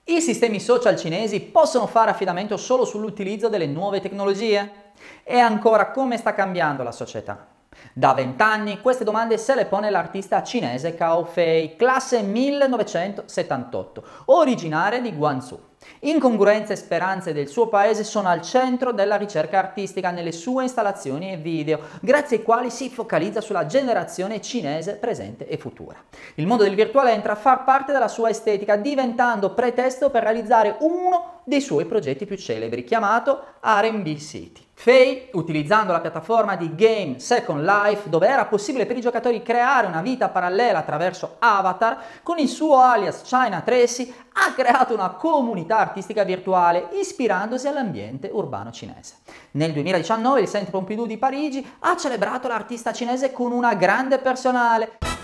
I sistemi social cinesi possono fare affidamento solo sull'utilizzo delle nuove tecnologie? E ancora, come sta cambiando la società? Da 20 anni queste domande se le pone l'artista cinese Cao Fei, classe 1978, originaria di Guangzhou. Incongruenze e speranze del suo paese sono al centro della ricerca artistica nelle sue installazioni e video, grazie ai quali si focalizza sulla generazione cinese presente e futura. Il mondo del virtuale entra a far parte della sua estetica, diventando pretesto per realizzare uno dei suoi progetti più celebri, chiamato R&B City. Fei, utilizzando la piattaforma di game Second Life, dove era possibile per i giocatori creare una vita parallela attraverso avatar, con il suo alias China Tracy, ha creato una comunità artistica virtuale ispirandosi all'ambiente urbano cinese. Nel 2019 il Centre Pompidou di Parigi ha celebrato l'artista cinese con una grande personale